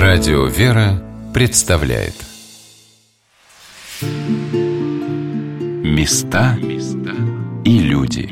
Радио «Вера» представляет Места и люди.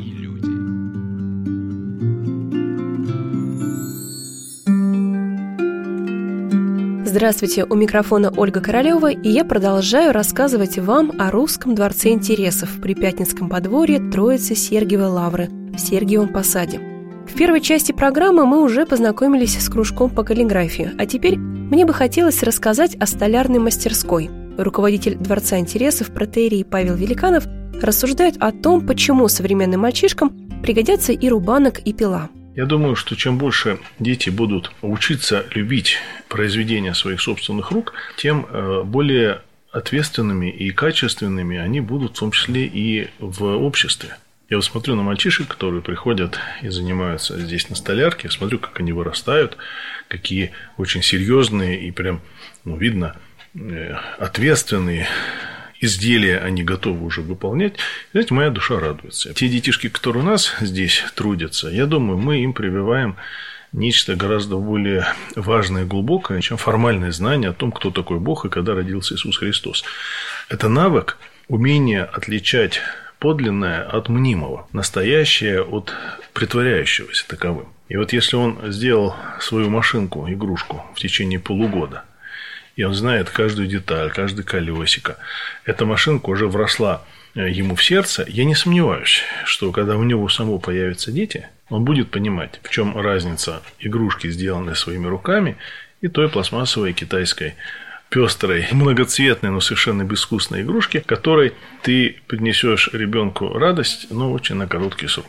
Здравствуйте, у микрофона Ольга Королева, и я продолжаю рассказывать вам о Русском дворце интересов при Пятницком подворье Троицы-Сергиевой лавры в Сергиевом Посаде. В первой части программы мы уже познакомились с кружком по каллиграфии, а теперь мне бы хотелось рассказать о столярной мастерской. Руководитель Дворца интересов протоиерей Павел Великанов рассуждает о том, почему современным мальчишкам пригодятся и рубанок, и пила. Я думаю, что чем больше дети будут учиться любить произведения своих собственных рук, тем более ответственными и качественными они будут, в том числе и в обществе. Я вот смотрю на мальчишек, которые приходят и занимаются здесь на столярке, смотрю, как они вырастают, какие очень серьезные и прям, видно, ответственные изделия они готовы уже выполнять. Знаете, моя душа радуется. Те детишки, которые у нас здесь трудятся, я думаю, мы им прививаем нечто гораздо более важное и глубокое, чем формальное знание о том, кто такой Бог и когда родился Иисус Христос. Это навык, умение отличать подлинное от мнимого, настоящее от притворяющегося таковым. И вот если он сделал свою машинку, игрушку в течение полугода, и он знает каждую деталь, каждый колесико, эта машинка уже вросла ему в сердце, я не сомневаюсь, что когда у него самого появятся дети, он будет понимать, в чем разница игрушки, сделанной своими руками, и той пластмассовой китайской пестрой, многоцветной, но совершенно безвкусной игрушки, которой ты принесешь ребенку радость, но очень на короткий срок.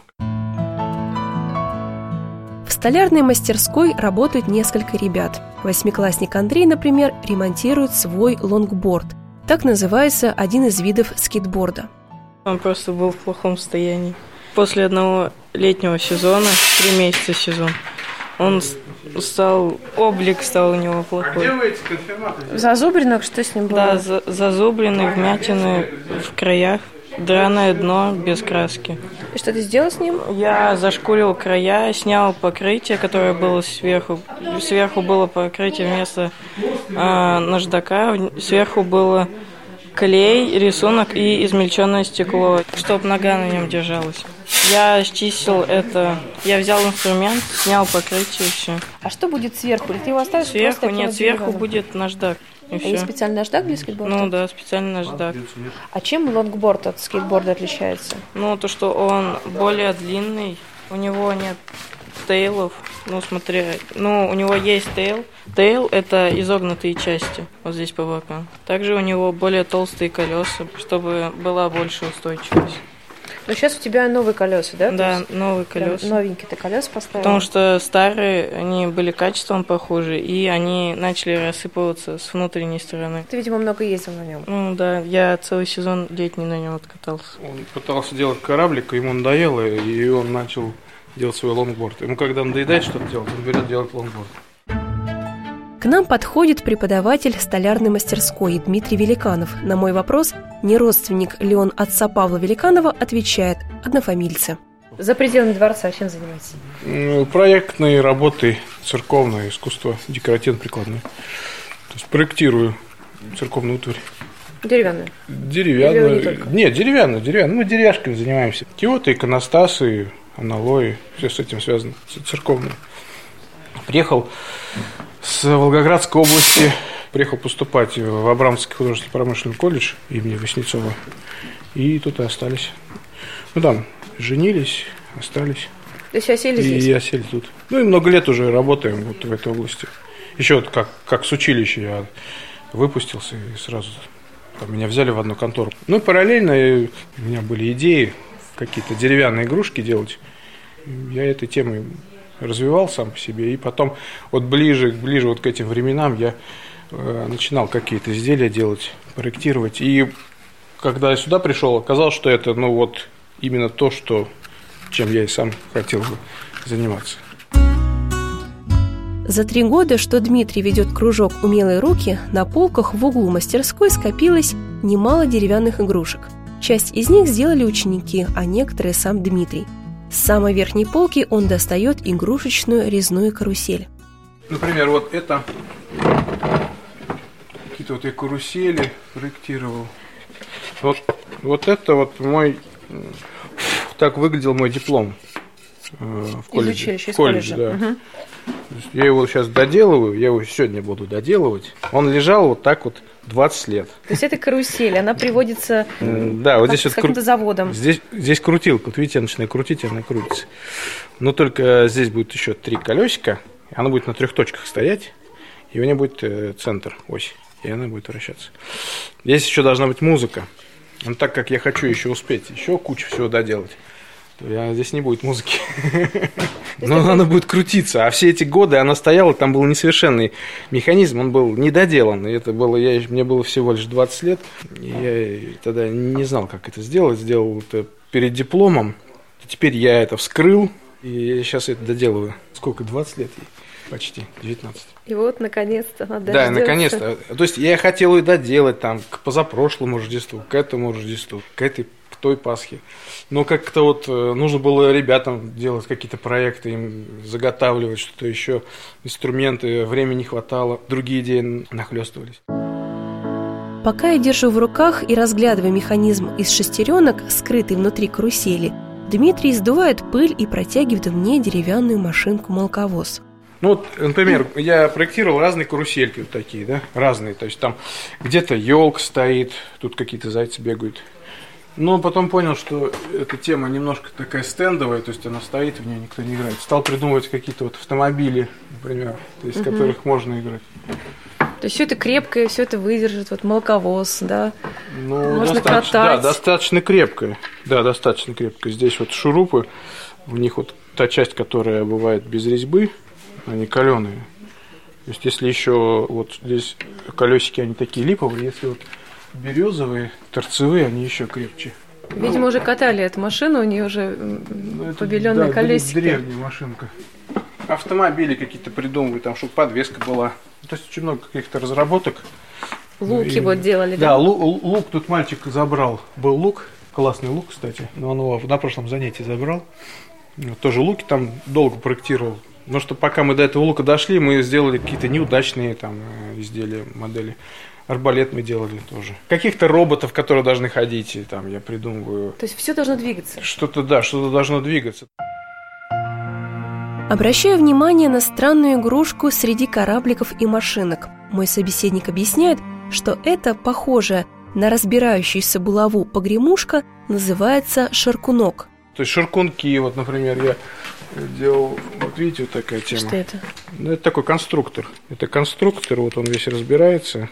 В столярной мастерской работают несколько ребят. Восьмиклассник Андрей, например, ремонтирует свой лонгборд. Так называется один из видов скейтборда. Он просто был в плохом состоянии. После одного летнего сезона, 3 месяца сезон, он облик стал у него плохой. Зазубренок, что с ним было? Да, зазубренный, вмятины в краях, драное дно без краски. И что ты сделал с ним? Я зашкурил края, снял покрытие, которое было сверху. Сверху было покрытие вместо наждака, сверху было клей, рисунок и измельченное стекло, чтобы нога на нем держалась. Я счистил это, я взял инструмент, снял покрытие и все. А что будет сверху? Или ты его оставишь? Сверху нет, сверху будет наждак. Есть специальный наждак для скейтборда? Ну да, специальный наждак. А чем лонгборд от скейтборда отличается? То, что он более длинный, у него нет тейлов, у него есть тейл. Тейл – это изогнутые части, вот здесь по бокам. Также у него более толстые колеса, чтобы была больше устойчивость. Но сейчас у тебя новые колеса, да? Да, новые колеса. Новенькие ты колеса поставил? Потому что старые, они были качеством похуже, и они начали рассыпываться с внутренней стороны. Ты, видимо, много ездил на нем. Да, я целый сезон летний на нем откатался. Он пытался делать кораблик, ему надоело, и он начал делать свой лонгборд. Ему когда надоедает что-то делать, он берет делать лонгборд. К нам подходит преподаватель столярной мастерской Дмитрий Великанов. На мой вопрос, не родственник ли он отца Павла Великанова, отвечает: однофамильцы. За пределами дворца чем занимаетесь? Проектные работы, церковное искусство, декоративно-прикладное. То есть проектирую церковную утварь. Деревянную? Деревянную. Нет, деревянную. Мы деревяшками занимаемся. Киоты, иконостасы, аналои, все с этим связано, церковное. Приехал с Волгоградской области, приехал поступать в Абрамовский художественно-промышленный колледж имени Васнецова. И тут и остались. Там женились, остались. То есть осели здесь? И осели тут. И много лет уже работаем вот в этой области. Еще как с училища я выпустился и сразу меня взяли в одну контору. Параллельно у меня были идеи какие-то деревянные игрушки делать. Я этой темой развивал сам по себе, и потом ближе вот к этим временам я начинал какие-то изделия делать, проектировать, и когда я сюда пришел, оказалось, что это именно то, чем я и сам хотел бы заниматься. За 3 года, что Дмитрий ведет кружок «Умелые руки», на полках в углу мастерской скопилось немало деревянных игрушек. Часть из них сделали ученики, а некоторые сам Дмитрий. С самой верхней полки он достает игрушечную резную карусель. Например, вот это какие-то вот я карусели проектировал. Вот это вот мой... Так выглядел мой диплом в колледже. Из училища, из колледже, колледжа. да. Я его сейчас доделываю, я его сегодня буду доделывать. Он лежал вот так вот 20 лет. То есть это карусель, она приводится да, вот здесь с каким-то заводом. Здесь крутилка, вот видите, я начинаю крутить, она крутится. Но только здесь будет еще 3 колесика, она будет на 3 точках стоять, и у нее будет центр, ось, и она будет вращаться. Здесь еще должна быть музыка. Но так как я хочу еще успеть, еще кучу всего доделать, то здесь не будет музыки. Но она будет крутиться. А все эти годы она стояла, там был несовершенный механизм, он был недоделан. И это было, мне было всего лишь 20 лет. И я тогда не знал, как это сделать. Сделал это перед дипломом. Теперь я это вскрыл, и сейчас это доделываю. Сколько? 20 лет ей? Почти, 19. И вот, наконец-то, она дождётся. Да, наконец-то. То есть я хотел ее доделать там к позапрошлому Рождеству, к этому Рождеству, к той Пасхе. Но как-то вот нужно было ребятам делать какие-то проекты, им заготавливать что-то еще, инструменты, времени не хватало, другие идеи нахлёстывались. Пока я держу в руках и разглядываю механизм из шестеренок, скрытый внутри карусели, Дмитрий сдувает пыль и протягивает мне деревянную машинку-молоковоз. Ну вот, например, я проектировал разные карусельки вот такие, да, разные. То есть там где-то елка стоит, тут какие-то зайцы бегают. Но потом понял, что эта тема немножко такая стендовая, то есть она стоит, в нее никто не играет. Стал придумывать какие-то вот автомобили, например, из которых можно играть. То есть все это крепкое, все это выдержит, вот молоковоз, да? Ну, можно катать. Да, достаточно крепкое. Да, достаточно крепкое. Здесь вот шурупы, в них вот та часть, которая бывает без резьбы, они каленые. То есть если еще вот здесь колесики, они такие липовые, если вот березовые, торцевые, они еще крепче. Видимо, уже катали эту машину, у нее уже побеленные колесики. Да, древняя машинка. Автомобили какие-то придумывают, там, чтобы подвеска была. То есть очень много каких-то разработок. Луки вот делали, да? Да, лук тут мальчик забрал. Был лук, классный лук, кстати, но он его на прошлом занятии забрал. Тоже луки там долго проектировал. Но что пока мы до этого лука дошли, мы сделали какие-то неудачные там изделия, модели. Арбалет мы делали тоже. Каких-то роботов, которые должны ходить, там я придумываю. То есть все должно двигаться? Что-то должно двигаться. Обращаю внимание на странную игрушку среди корабликов и машинок. Мой собеседник объясняет, что это похожая на разбирающуюся булаву погремушка называется шаркунок. То есть шаркунки, вот, например, я делал, вот видите, вот такая тема. Что это? Ну, это такой конструктор. Это конструктор, вот он весь разбирается.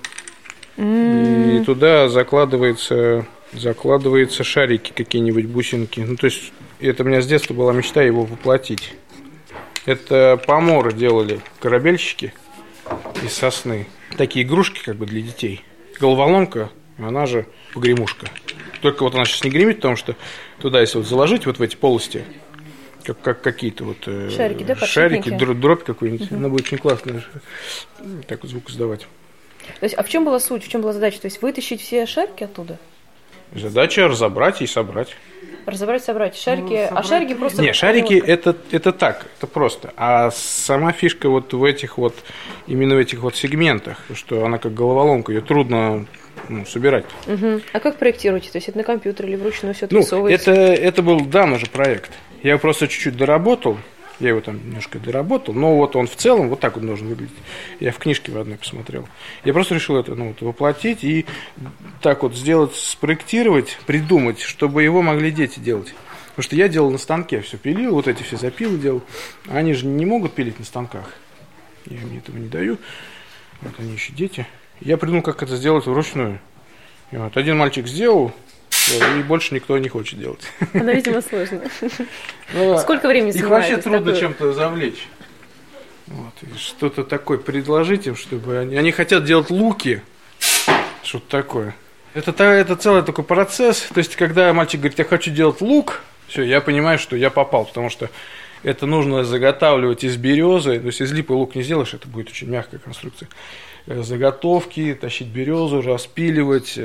И туда закладываются шарики, какие-нибудь бусинки. Ну, то есть, это у меня с детства была мечта его воплотить. Это поморы делали корабельщики из сосны. Такие игрушки как бы для детей. Головоломка, она же погремушка. Только вот она сейчас не гремит, потому что туда, если вот заложить вот в эти полости, как какие-то вот шарики, да, шарики, дробь какой-нибудь, она будет очень классно так вот звук издавать. То есть, а в чем была суть, в чем была задача? То есть вытащить все шарики оттуда? Задача разобрать и собрать. Разобрать, собрать. Шарики, а шарики просто... Не, шарики это так, это просто. А сама фишка вот в этих вот, именно в этих вот сегментах, что она как головоломка, ее трудно собирать. Угу. А как проектируете? То есть это на компьютере или вручную все отрисовывается? Это был давно же проект. Я его просто чуть-чуть доработал. Я его там немножко доработал, но вот он в целом вот так вот должен выглядеть. Я в книжке в одной посмотрел. Я просто решил это воплотить и так вот сделать, спроектировать, придумать, чтобы его могли дети делать. Потому что я делал на станке, все пилил, вот эти все запилы делал. А они же не могут пилить на станках. Я им этого не даю. Вот они еще дети. Я придумал, как это сделать вручную. И вот один мальчик сделал, и больше никто не хочет делать. Она, видимо, сложно. Сколько времени занимает? Их вообще трудно чем-то завлечь. Вот. Что-то такое предложить им, чтобы они хотят делать луки. Что-то такое. Это целый такой процесс. То есть, когда мальчик говорит, я хочу делать лук, все, я понимаю, что я попал, потому что это нужно заготавливать из березы. То есть, из липы лук не сделаешь, это будет очень мягкая конструкция. Заготовки, тащить березу, распиливать,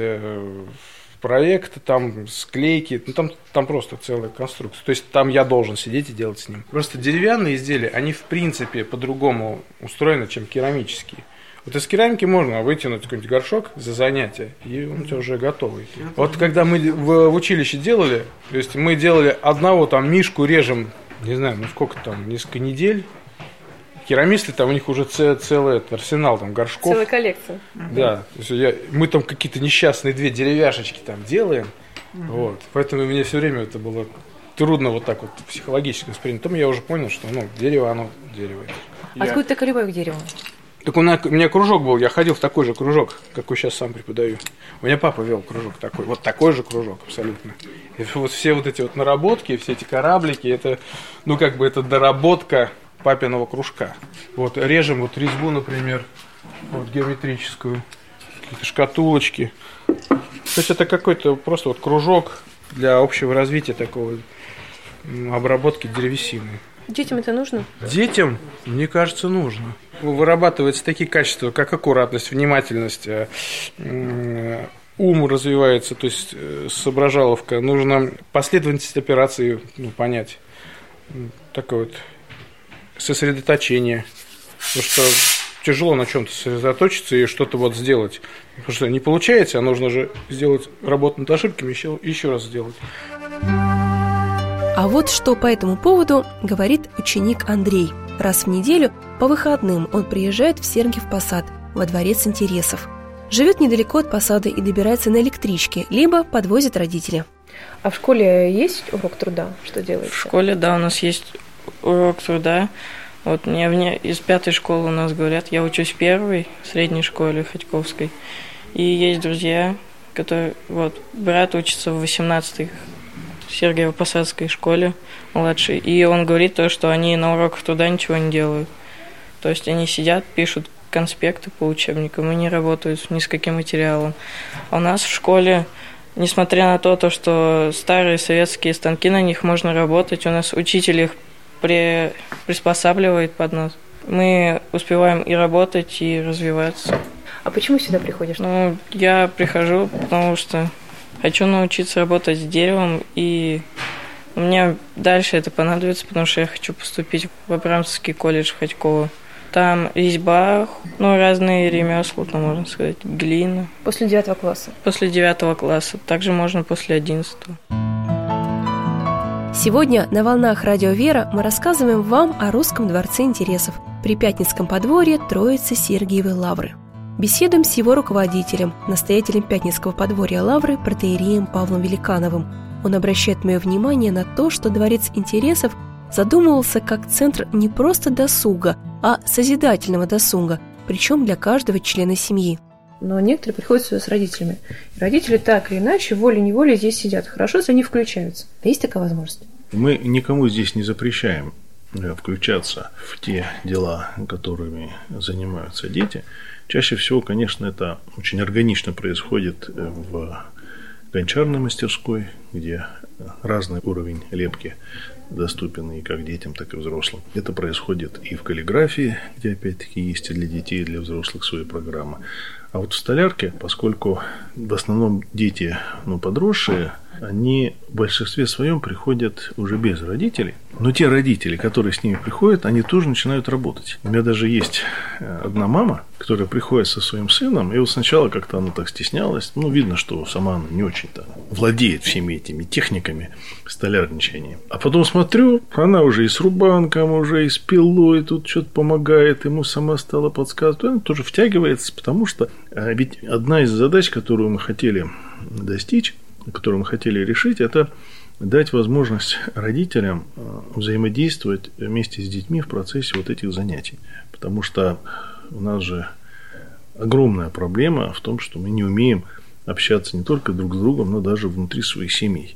проект, там склейки, там просто целая конструкция. То есть там я должен сидеть и делать с ним. Просто деревянные изделия, они в принципе по-другому устроены, чем керамические. Вот из керамики можно вытянуть какой-нибудь горшок за занятие, и он у тебя уже готовый. Вот когда мы в училище делали, то есть мы делали одного там мишку, режем, не знаю, ну сколько там, несколько недель. Керамисты, там у них уже целый арсенал там горшков. Целая коллекция. Да, то есть мы там какие-то несчастные 2 деревяшечки там делаем, вот. Поэтому мне все время это было трудно вот так вот психологически воспринять. Потом я уже понял, что дерево, оно дерево. Откуда такая любовь к дереву? Так у меня кружок был, я ходил в такой же кружок, какой сейчас сам преподаю. У меня папа вел кружок такой, вот такой же кружок абсолютно. И вот все вот эти вот наработки, все эти кораблики, это, это доработка папиного кружка. Вот режем вот резьбу, например, вот геометрическую, какие-то шкатулочки. То есть это какой-то просто вот кружок для общего развития такого обработки древесины. Детям это нужно? Детям, мне кажется, нужно. Вырабатываются такие качества, как аккуратность, внимательность, ум развивается, то есть соображаловка. Нужно последовательность операции понять. Такое вот сосредоточение. Потому что тяжело на чем-то сосредоточиться и что-то вот сделать. Потому что не получается, а нужно же сделать работу над ошибками, еще раз сделать. А вот что по этому поводу говорит ученик Андрей. Раз в неделю по выходным он приезжает в Сергиев Посад, во дворец интересов. Живет недалеко от посада и добирается на электричке, либо подвозит родителя. А в школе есть урок труда? Что делаете? В школе, да, у нас есть урок труда. Вот мне из 5-й школы у нас говорят, я учусь в 1-й средней школе Ходьковской. И есть друзья, которые, брат учится в 18-й Сергиево-Посадской школе младшей. И он говорит то, что они на уроках труда ничего не делают. То есть они сидят, пишут конспекты по учебникам и не работают ни с каким материалом. А у нас в школе, несмотря на то, что старые советские станки, на них можно работать, у нас учитель их приспосабливает под нас. Мы успеваем и работать, и развиваться. А почему сюда приходишь? Я прихожу, потому что хочу научиться работать с деревом, и мне дальше это понадобится, потому что я хочу поступить в Абрамцевский колледж Ходькова. Там резьба, разные ремесла, можно сказать, глина. После 9 класса? После 9 класса. Также можно после 11. Сегодня на «Волнах Радио Вера» мы рассказываем вам о Русском дворце интересов при Пятницком подворье Троицы Сергиевой Лавры. Беседуем с его руководителем, настоятелем Пятницкого подворья Лавры, протоиереем Павлом Великановым. Он обращает мое внимание на то, что дворец интересов задумывался как центр не просто досуга, а созидательного досуга, причем для каждого члена семьи. Но некоторые приходят сюда с родителями. И родители так или иначе, волей-неволей здесь сидят. Хорошо, если они включаются. Есть такая возможность? Мы никому здесь не запрещаем включаться в те дела, которыми занимаются дети. Чаще всего, конечно, это очень органично происходит в гончарной мастерской, где разный уровень лепки доступен и как детям, так и взрослым. Это происходит и в каллиграфии, где опять-таки есть и для детей, и для взрослых свои программы. А вот в столярке, поскольку в основном дети, подросшие, они в большинстве своем приходят уже без родителей. Но те родители, которые с ними приходят, они тоже начинают работать. У меня даже есть одна мама, которая приходит со своим сыном, и вот сначала как-то она так стеснялась. Видно, что сама она не очень-то владеет всеми этими техниками столярничания. А потом смотрю, она уже и с рубанком, уже и с пилой тут что-то помогает, ему сама стала подсказывать. Она тоже втягивается, потому что ведь одна из задач, которую мы хотели достичь, которую мы хотели решить, это дать возможность родителям взаимодействовать вместе с детьми в процессе вот этих занятий. Потому что у нас же огромная проблема в том, что мы не умеем общаться не только друг с другом, но даже внутри своих семей.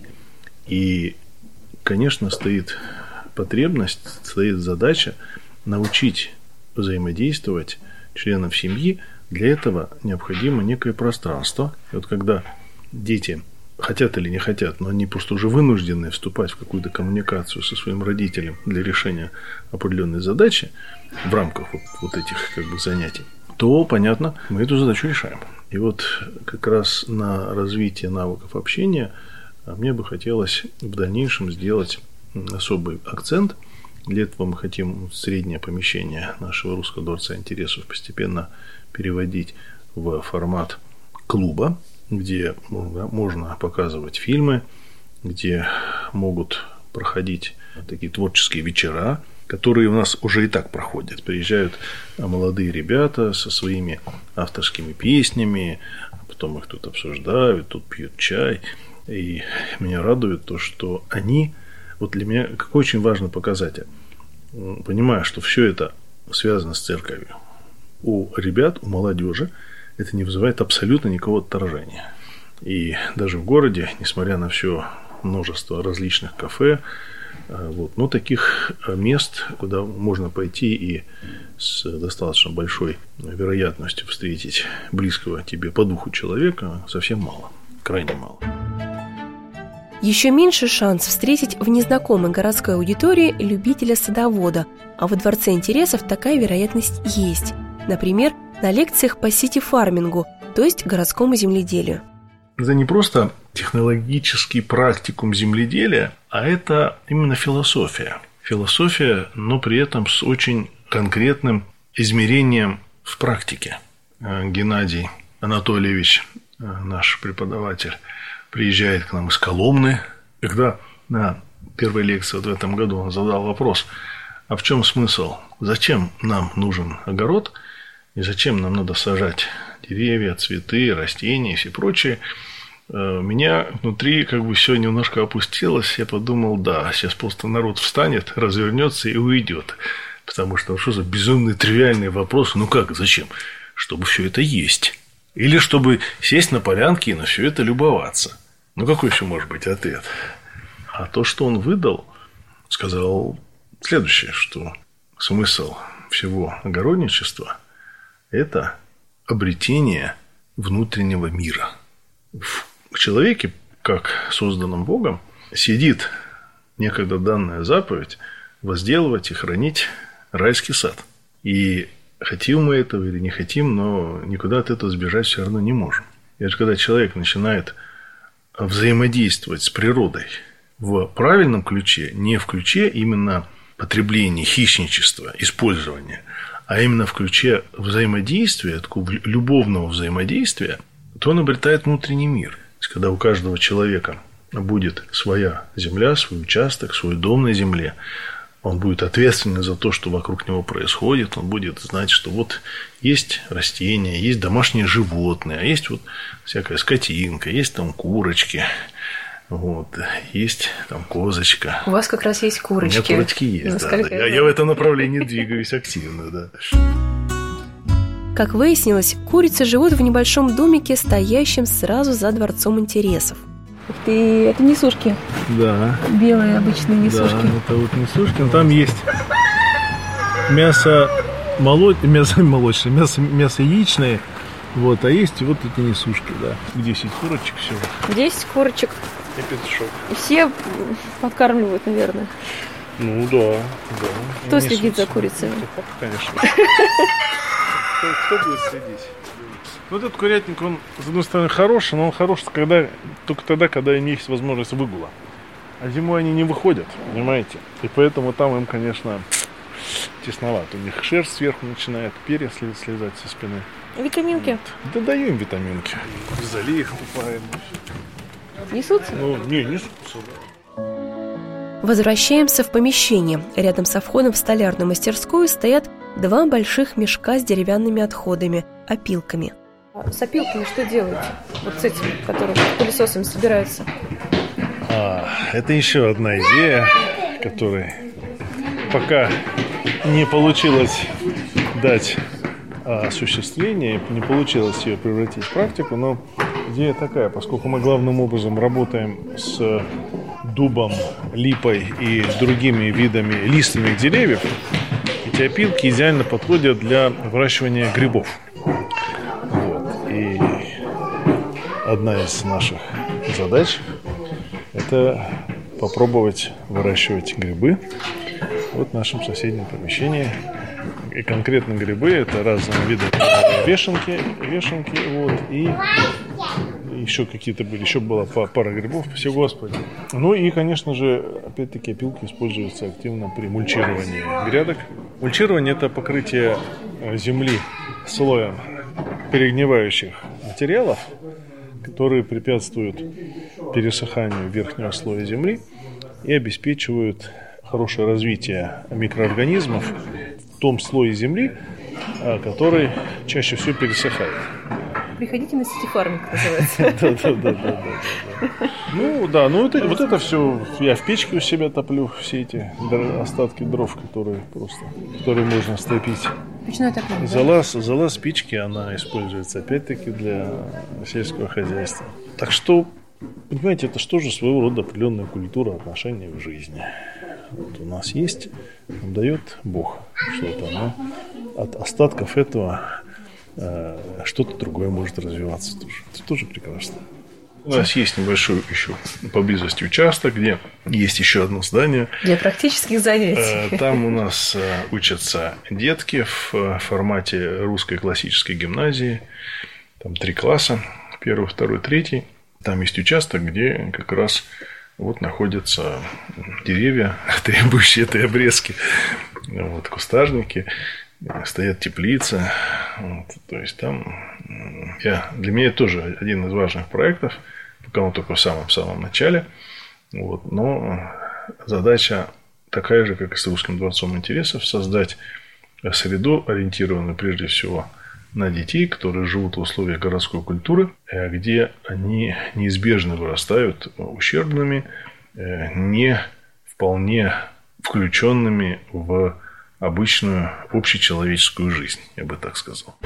И, конечно, стоит потребность, стоит задача научить взаимодействовать членов семьи. Для этого необходимо некое пространство. И вот когда дети хотят или не хотят, но они просто уже вынуждены вступать в какую-то коммуникацию со своим родителем для решения определенной задачи в рамках вот этих занятий, то, понятно, мы эту задачу решаем. И вот как раз на развитие навыков общения мне бы хотелось в дальнейшем сделать особый акцент Для этого мы хотим среднее помещение нашего Русского дворца интересов постепенно переводить в формат клуба, где можно показывать фильмы, где могут проходить такие творческие вечера, которые у нас уже и так проходят. Приезжают молодые ребята со своими авторскими песнями, а потом их тут обсуждают, тут пьют чай. И меня радует то, что они, вот для меня какой очень важный показатель, понимая, что все это связано с церковью, у ребят, у молодежи это не вызывает абсолютно никакого отторжения. И даже в городе, несмотря на все множество различных кафе, но таких мест, куда можно пойти и с достаточно большой вероятностью встретить близкого тебе по духу человека, совсем мало, крайне мало. Еще меньше шанс встретить в незнакомой городской аудитории любителя-садовода, а во Дворце интересов такая вероятность есть. Например, на лекциях по сити-фармингу, то есть городскому земледелию. Это не просто технологический практикум земледелия, а это именно философия. Философия, но при этом с очень конкретным измерением в практике. Геннадий Анатольевич, наш преподаватель, приезжает к нам из Коломны. Когда на первой лекции в этом году он задал вопрос, а в чем смысл, зачем нам нужен огород и зачем нам надо сажать деревья, цветы, растения и все прочее, меня внутри все немножко опустилось. Я подумал, да, сейчас просто народ встанет, развернется и уйдет. Потому что что за безумный тривиальный вопрос, зачем? Чтобы все это есть. Или чтобы сесть на полянке и на все это любоваться. Какой еще может быть ответ? А то, что он выдал, сказал следующее, что смысл всего огородничества – это обретение внутреннего мира. В человеке, как созданном Богом, сидит некогда данная заповедь возделывать и хранить райский сад. И хотим мы этого или не хотим, но никуда от этого сбежать все равно не можем. И это когда человек начинает взаимодействовать с природой в правильном ключе, не в ключе именно потребления, хищничества, использования, а именно в ключе взаимодействия, такого любовного взаимодействия, то он обретает внутренний мир. То есть, когда у каждого человека будет своя земля, свой участок, свой дом на земле, он будет ответственен за то, что вокруг него происходит, он будет знать, что вот есть растения, есть домашние животные, а есть всякая скотинка, есть там курочки, есть там козочка. У вас как раз есть курочки. У меня курочки есть, да. Я в этом направлении двигаюсь активно, да. Как выяснилось, курицы живут в небольшом домике, стоящем сразу за Дворцом интересов. Это несушки. Да. Белые обычные несушки. Да, это несушки. Но там есть мясо молочное, мясо яичное. А есть эти несушки, да. 10 курочек всего. 10 курочек. И петушок. И все подкармливают, наверное. Да. Кто следит за курицами? Папа, конечно. Кто будет следить? Этот курятник, он, с одной стороны, хороший, но он хорош только тогда, когда у них есть возможность выгула. А зимой они не выходят, понимаете? И поэтому там им, конечно, тесновато. У них шерсть сверху начинает, перья слезать со спины. Витаминки? Да даю им витаминки. В зале их купаем. Несутся? Не несутся, да. Возвращаемся в помещение. Рядом со входом в столярную мастерскую стоят 2 больших мешка с деревянными отходами, опилками. С опилками что делаете? С этим, которые пылесосами собираются. Это еще одна идея, которой пока не получилось дать осуществление, не получилось ее превратить в практику, но идея такая, поскольку мы главным образом работаем с дубом, липой и другими видами лиственных деревьев, эти опилки идеально подходят для выращивания грибов. И одна из наших задач – это попробовать выращивать грибы в нашем соседнем помещении. И конкретно грибы – это разные виды вешенки и еще какие-то были, еще была пара грибов, все Господи. Ну и, конечно же, опять-таки опилки используются активно при мульчировании грядок. Мульчирование – это покрытие земли слоем перегнивающих материалов, которые препятствуют пересыханию верхнего слоя земли и обеспечивают хорошее развитие микроорганизмов в том слое земли, который чаще всего пересыхает. Приходите на сити-фарминг, называется. Да. Вот это все я в печке у себя топлю, все эти остатки дров, которые можно стопить. Печное отопление. Зола спички, она используется опять-таки для сельского хозяйства. Так что, понимаете, это что же своего рода определенная культура отношений в жизни. Вот у нас есть, нам дает Бог что-то, но от остатков этого что-то другое может развиваться тоже. Это тоже прекрасно. У нас есть небольшой еще поблизости участок, где есть еще одно здание. Для практических занятий. Там у нас учатся детки в формате русской классической гимназии. Там 3 класса, 1, 2, 3. Там есть участок, где как раз вот находятся деревья, требующие этой обрезки, вот, кустарники. Стоят теплицы. Вот, то есть там для меня это тоже один из важных проектов, пока он только в самом начале. Вот, но задача такая же, как и с Русским дворцом интересов, создать среду, ориентированную прежде всего на детей, которые живут в условиях городской культуры, где они неизбежно вырастают ущербными, не вполне включенными в обычную общечеловеческую жизнь, я бы так сказал.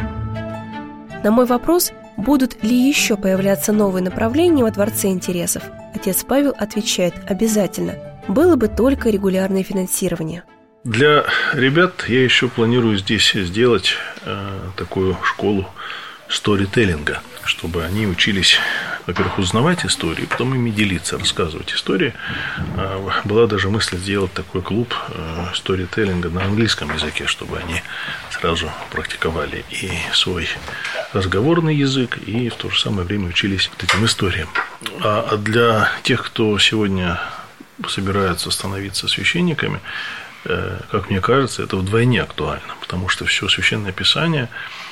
На мой вопрос, будут ли еще появляться новые направления во Дворце интересов, отец Павел отвечает: обязательно. Было бы только регулярное финансирование. Для ребят я еще планирую здесь сделать такую школу сторителлинга, чтобы они учились, во-первых, узнавать истории, потом ими делиться, рассказывать истории. Была даже мысль сделать такой клуб сторителлинга на английском языке, чтобы они сразу практиковали и свой разговорный язык, и в то же самое время учились вот этим историям. А для тех, кто сегодня собирается становиться священниками, как мне кажется, это вдвойне актуально, потому что все Священное Писание,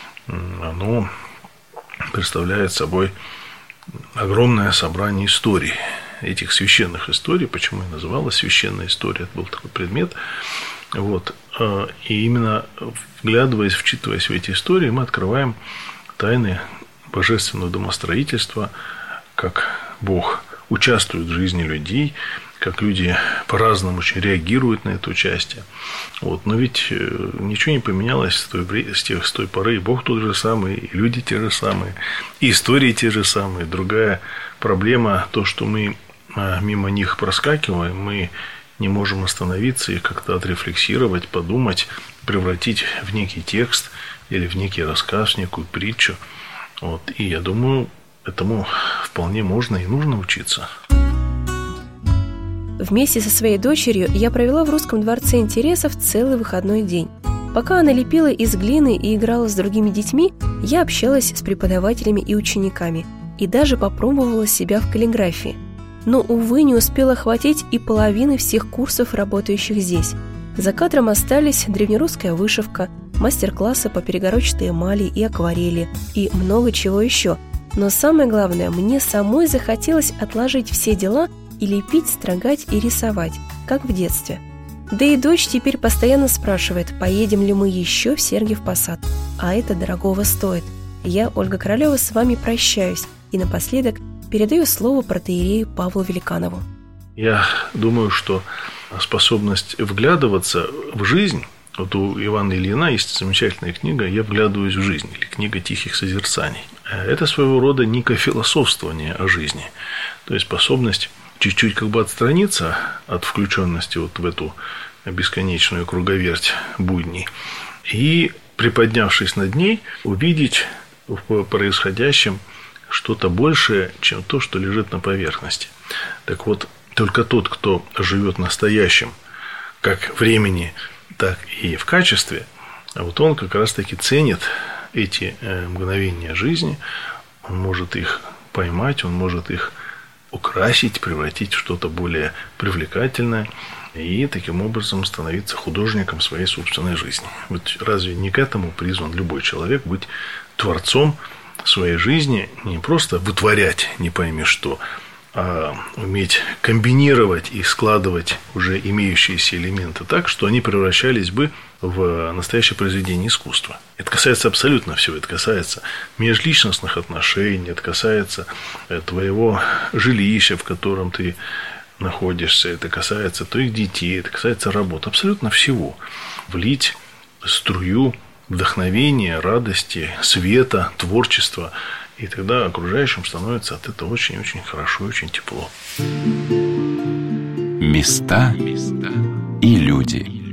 оно представляет собой огромное собрание историй, этих священных историй. Почему и называлась священная история, это был такой предмет. Вот. И именно вглядываясь, вчитываясь в эти истории, мы открываем тайны божественного домостроительства, как Бог участвует в жизни людей, как люди по-разному очень реагируют на это участие. Вот. Но ведь ничего не поменялось с той поры. И Бог тот же самый, и люди те же самые, и истории те же самые. Другая проблема, то, что мы мимо них проскакиваем, мы не можем остановиться и как-то отрефлексировать, подумать, превратить в некий текст или в некий рассказ, в некую притчу. Вот. И я думаю, этому вполне можно и нужно учиться. Вместе со своей дочерью я провела в Русском дворце интересов целый выходной день. Пока она лепила из глины и играла с другими детьми, я общалась с преподавателями и учениками и даже попробовала себя в каллиграфии. Но, увы, не успела охватить и половины всех курсов, работающих здесь. За кадром остались древнерусская вышивка, мастер-классы по перегородчатой эмали и акварели и много чего еще. Но самое главное, мне самой захотелось отложить все дела и лепить, строгать и рисовать, как в детстве. Да и дочь теперь постоянно спрашивает, поедем ли мы еще в Сергиев Посад. А это дорогого стоит. Я, Ольга Королева, с вами прощаюсь. И напоследок передаю слово протоиерею Павлу Великанову. Я думаю, что способность вглядываться в жизнь, вот у Ивана Ильина есть замечательная книга «Я вглядываюсь в жизнь», или книга тихих созерцаний. Это своего рода некое философствование о жизни, то есть способность чуть-чуть как бы отстраниться от включенности вот в эту бесконечную круговерть будней и, приподнявшись над ней, увидеть в происходящем что-то большее, чем то, что лежит на поверхности. Так вот, только тот, кто живет настоящим, как времени, так и в качестве, вот он как раз-таки ценит эти мгновения жизни, он может их поймать, он может их украсить, превратить в что-то более привлекательное и таким образом становиться художником своей собственной жизни. Вот разве не к этому призван любой человек, быть творцом своей жизни, не просто вытворять не пойми что, а уметь комбинировать и складывать уже имеющиеся элементы так, что они превращались бы в настоящее произведение искусства. Это касается абсолютно всего. Это касается межличностных отношений, это касается твоего жилища, в котором ты находишься, это касается твоих детей, это касается работы, абсолютно всего. Влить струю вдохновения, радости, света, творчества, и тогда окружающим становится от этого очень-очень хорошо и очень тепло. Места и люди.